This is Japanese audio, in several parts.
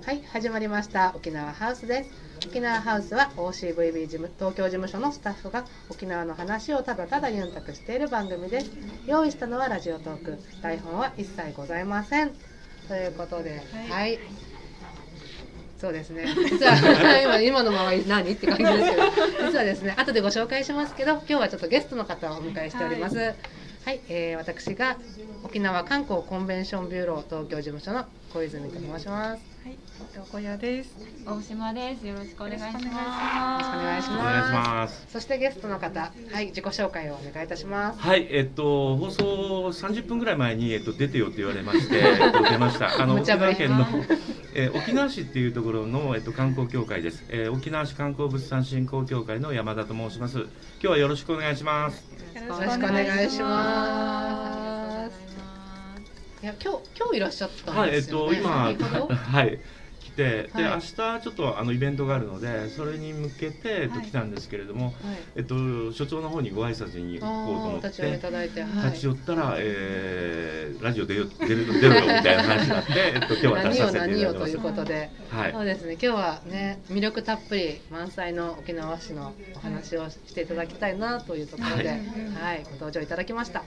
はい、始まりました沖縄ハウスです。沖縄ハウスは OCVB 東京事務所のスタッフが沖縄の話をただただユンタクしている番組です。用意したのはラジオトーク、台本は一切ございませんということで、はい、そうですね。実は今のまま何って感じですけど、実はですね、後でご紹介しますけど、今日はちょっとゲストの方をお迎えしております。はい、私が沖縄観光コンベンションビューロー東京事務所の小泉と申します。 はい、小屋です。 大島です。よろしくお願いします。 よろしくお願いします。そしてゲストの方、はい、自己紹介をお願いいたします。 はい、放送30分ぐらい前に出てよって言われまして、出ました。沖縄県の沖縄市っていうところの観光協会です。沖縄市観光物産振興協会の山田と申します。今日はよろしくお願いします。 よろしくお願いします。いや、今日いらっしゃったんですよね。 はい、今はい来て、ではい、 明日ちょっとイベントがあるので、それに向けて来たんですけれども、はい、所長の方にご挨拶に行こうと思って立ち寄りいただいて、 立ち寄ったら、ラジオ出るよみたいな話になって、今日は出させていただいてます。 何をということで、 はい、 そうですね。今日はね、魅力たっぷり満載の沖縄市のお話をしていただきたいなというところで、はい、ご登場いただきました。 はい、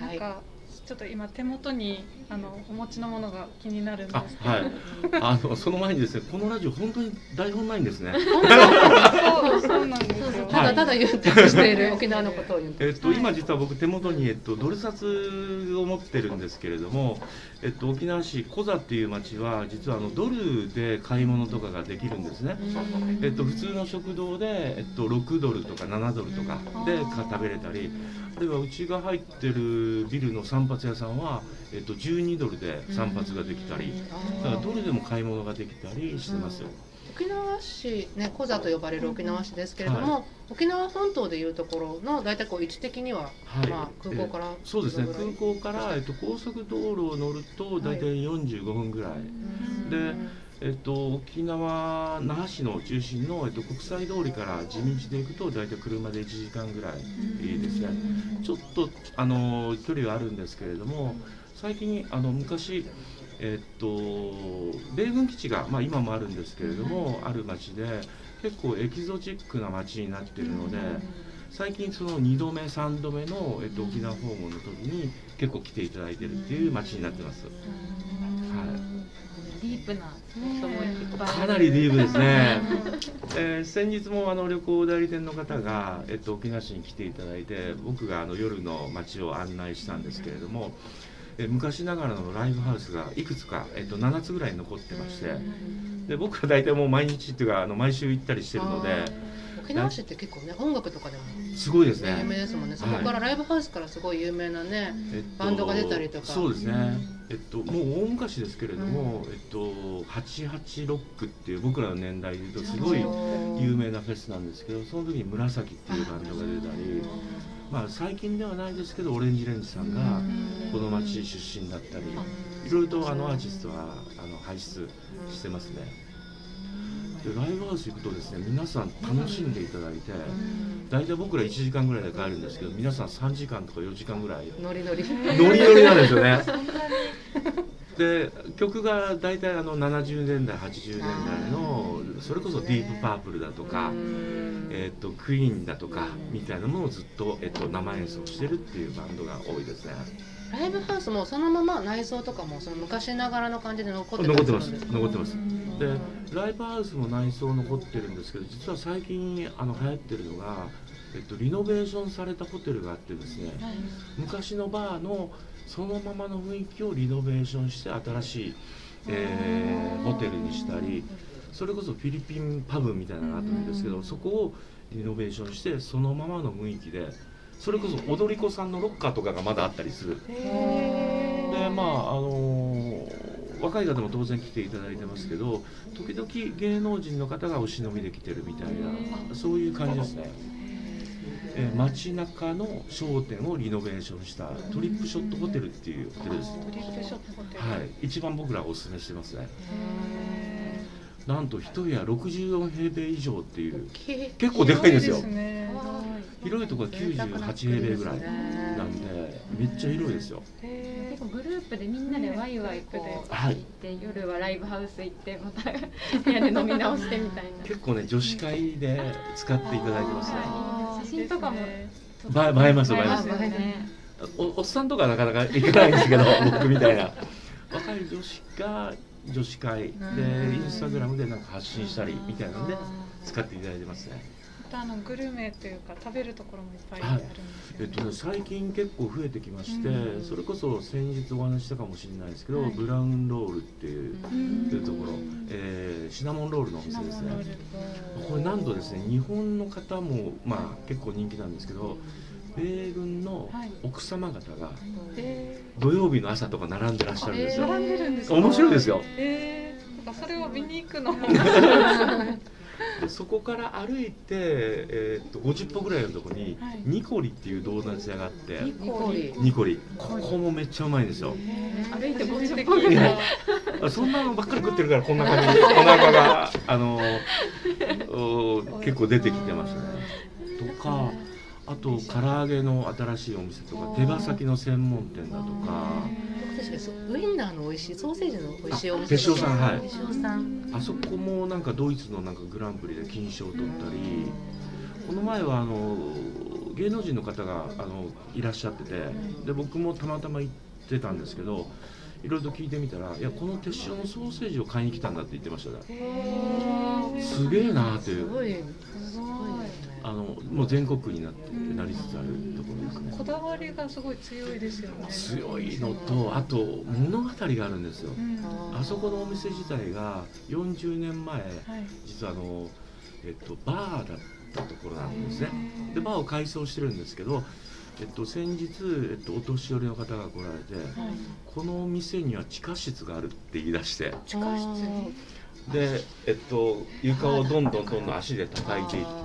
なんかちょっと今手元にお持ちのものが気になるんですけど、 はい、その前にですね、このラジオ本当に台本ないんですね。 そうなんですよ。 ただただ言ってしている沖縄のことを言って。 今実は僕手元にドル札を持ってるんですけれども、沖縄市コザっていう町は実はドルで買い物とかができるんですね。普通の食堂で6ドルとか7ドルとかで食べれたり。あるいはうちが入ってるビルの散髪屋さんは、12ドルで散髪ができたり、だからドルでも買い物ができたりしてますよ。 沖縄市ね、コザと呼ばれる沖縄市ですけれども、はい、沖縄本島でいうところの大体位置的には、はい、まあ、空港から、 そうですね、空港から、高速道路を乗ると大体45分ぐらい、はい、で沖縄那覇市の中心の、国際通りから地道で行くと大体車で1時間ぐらいですね。ちょっと距離はあるんですけれども、最近昔米軍基地が、まあ、今もあるんですけれども、ある町で結構エキゾチックな町になっているので、最近その2度目3度目の、沖縄訪問の時に結構来ていただいているっていう町になってます。はい 、ディープな人もいっぱいかなりディープですね。先日も旅行代理店の方が、沖縄市に来ていただいて、僕が夜の街を案内したんですけれども、昔ながらのライブハウスがいくつか、7つぐらい残ってまして、で僕は大体もう毎日っていうか毎週行ったりしてるので、 沖縄市って結構ね、音楽とかでもすごいですね。 有名ですもんね。そこからライブハウスからすごい有名なね、バンドが出たりとか。 そうですね。もう大昔ですけれども、88ロックっていう僕らの年代で言うとすごい有名なフェスなんですけど、その時に紫っていうバンドが出たり、まあ最近ではないですけどオレンジレンジさんがこの町出身だったり、いろいろとアーティストは輩出してますね。でライブハウス行くとですね、皆さん楽しんでいただいて、大体僕ら1時間ぐらいで帰るんですけど、皆さん3時間とか4時間ぐらいノリノリなんですよね。で曲が大体70年代80年代のそれこそディープパープルだとか、クイーンだとかみたいなのをずっと、生演奏してるっていうバンドが多いですね。 ライブハウスもそのまま内装とかもその昔ながらの感じで残ってます残ってます。でライブハウスも内装残ってるんですけど、実は最近流行ってるのが、リノベーションされたホテルがあってですね、昔のバーのそのままの雰囲気をリノベーションして新しい、ホテルにしたり、それこそフィリピンパブみたいなのがあったんですけど、そこをリノベーションしてそのままの雰囲気で、それこそ踊り子さんのロッカーとかがまだあったりする。でまあ若い方も当然来ていただいてますけど、時々芸能人の方がお忍びで来てるみたいな、そういう感じですね。街中の商店をリノベーションしたトリップショットホテルっていうホテルです。 トリップショットホテル、 はい、一番僕らお勧めしてますね。なんと一部屋64平米以上っていう結構でかいんですよ。広いところは98平米ぐらいなんでめっちゃ広いですよ。 結構グループでみんなでワイワイこうはい行って夜はライブハウス行ってまた部屋で飲み直してみたいな。 結構ね女子会で使っていただいてますね。 写真とかも映えます映えます。 よね。 おっさんとかなかなか行かないんですけど僕みたいな若い女子が女子会でインスタグラムでなんか発信したりみたいなので使っていただいてますね。 またグルメというか食べるところもいっぱいあるんですよね。 最近結構増えてきまして、それこそ先日お話ししたかもしれないですけど、 はいブラウンロールっていうところ、シナモンロールのお店ですね。これなんとですね日本の方もまあ結構人気なんですけど、米軍の奥様方が土曜日の朝とか並んでらっしゃるんですよ。 並んでるんですか。 面白いですよ。 なんかそれを見に行くの。 でそこから歩いて、50歩ぐらいのところに、ニコリっていうドーナツ屋があって、ニコリここもめっちゃうまいんですよ。 歩いて50歩ぐらい。 そんなのばっかり食ってるからこんな感じでお腹が結構出てきてますね。とかあと唐揚げの新しいお店とか手羽先の専門店だとか。 確かにウインナーの美味しいソーセージの美味しいお店手塩さん、はい、 手塩さんあそこもなんかドイツのなんかグランプリで金賞を取ったり、この前は芸能人の方がいらっしゃってて、で僕もたまたま行ってたんですけど、いろいろと聞いてみたら、いやこの手塩のソーセージを買いに来たんだって言ってましたね。すげえなーっていう。もう全国区になりつつあるところですね。 こだわりがすごい強いですよね。 強いのと、あと物語があるんですよ。あそこのお店自体が40年前、実はバーだったところなんですね。でバーを改装してるんですけど、先日、お年寄りの方が来られて、このお店には地下室があるって言い出して、 地下室で、床をどんどん足で叩いていって、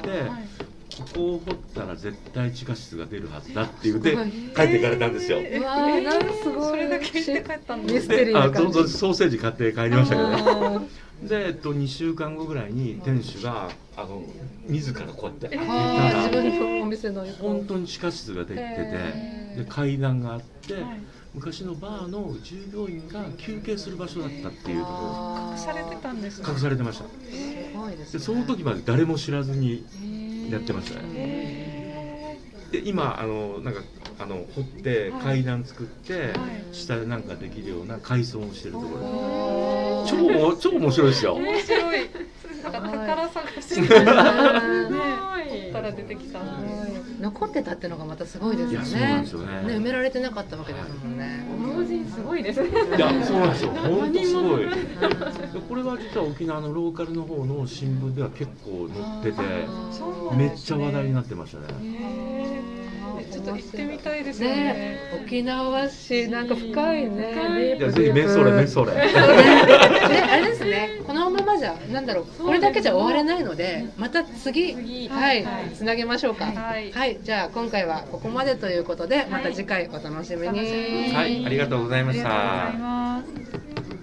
ここを掘ったら絶対地下室が出るはずだって言って帰っていかれたんですよ。 うわー、なんかすごい。 それだけ言って帰ったんです。 ミステリーな感じ。 ソーセージ買って帰りましたけどね。で、2週間後ぐらいに店主が自らこうやって開けたら、 自分のお店の本当に地下室ができてて、で階段があって、昔のバーの従業員が休憩する場所だったっていうところ。 隠されてたんですね。 隠されてました。 すごいですね。 でその時まで誰も知らずにやってましたね。で今なんか掘って階段作って、下でなんかできるような改装をしてるところです。超面白いですよ。 面白い。なんか宝探しみたいな。掘ったら出てきた。 残ってたってのがまたすごいですよね。 そうなんですよね。 埋められてなかったわけですもんね。 老人すごいですね。 いや、そうなんですよ。本当すごい。これは実は沖縄のローカルの方の新聞では結構載ってて、めっちゃ話題になってましたね。 ちょっと行ってみたいですね。 沖縄市なんか深いね。 いや、ぜひメンソーレ。 あれですね。このままじゃなんだろう。これだけじゃ終われないので、また次つなげましょうか。はい。じゃあ今回はここまでということで、また次回お楽しみに。 はい、ありがとうございました。 ありがとうございます。